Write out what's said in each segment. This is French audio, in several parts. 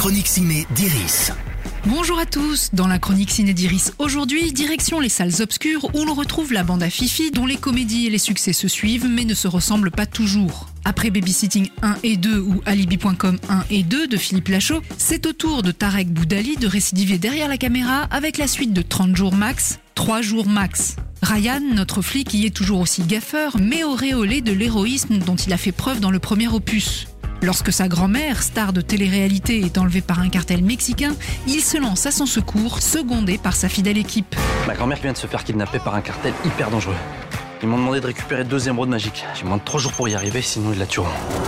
chronique ciné d'Iris. Bonjour à tous, dans la chronique ciné d'Iris, aujourd'hui, direction les salles obscures où l'on retrouve la bande à Fifi dont les comédies et les succès se suivent mais ne se ressemblent pas toujours. Après Babysitting 1 et 2 ou Alibi.com 1 et 2 de Philippe Lachaud, c'est au tour de Tarek Boudali de récidiver derrière la caméra avec la suite de 30 jours max, 3 jours max. Ryan, notre flic, y est toujours aussi gaffeur mais auréolé de l'héroïsme dont il a fait preuve dans le premier opus. Lorsque sa grand-mère, star de télé-réalité, est enlevée par un cartel mexicain, il se lance à son secours, secondé par sa fidèle équipe. Ma grand-mère vient de se faire kidnapper par un cartel hyper dangereux. Ils m'ont demandé de récupérer 2 émeraudes magiques. J'ai moins de 3 jours pour y arriver, sinon ils la tueront.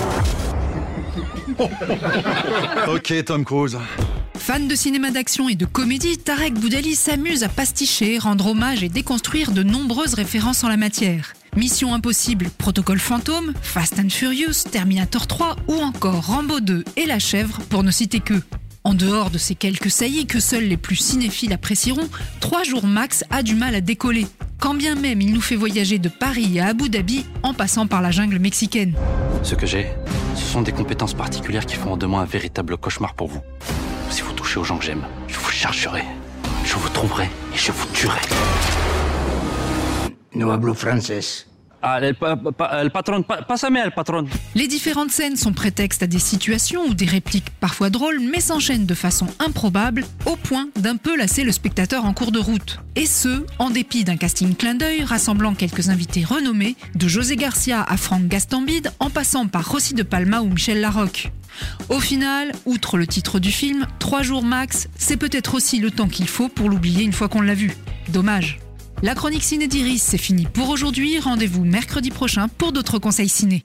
Ok, Tom Cruise. Fan de cinéma d'action et de comédie, Tarek Boudali s'amuse à pasticher, rendre hommage et déconstruire de nombreuses références en la matière. Mission Impossible, Protocole Fantôme, Fast and Furious, Terminator 3 ou encore Rambo 2 et La Chèvre, pour ne citer que. En dehors de ces quelques saillies que seuls les plus cinéphiles apprécieront, 3 jours max a du mal à décoller. Quand bien même il nous fait voyager de Paris à Abu Dhabi en passant par la jungle mexicaine. Ce que j'ai, ce sont des compétences particulières qui feront de moi un véritable cauchemar pour vous. Si vous touchez aux gens que j'aime, je vous chargerai, je vous trouverai et je vous tuerai. No hablo francés. Ah, el patron, pásame el patron. Les différentes scènes sont prétexte à des situations ou des répliques parfois drôles mais s'enchaînent de façon improbable au point d'un peu lasser le spectateur en cours de route. Et ce, en dépit d'un casting clin d'œil rassemblant quelques invités renommés, de José Garcia à Franck Gastambide en passant par Rossi de Palma ou Michel Larocque. Au final, outre le titre du film, 3 jours max, c'est peut-être aussi le temps qu'il faut pour l'oublier une fois qu'on l'a vu. Dommage. La chronique ciné d'Iris, c'est fini pour aujourd'hui. Rendez-vous mercredi prochain pour d'autres conseils ciné.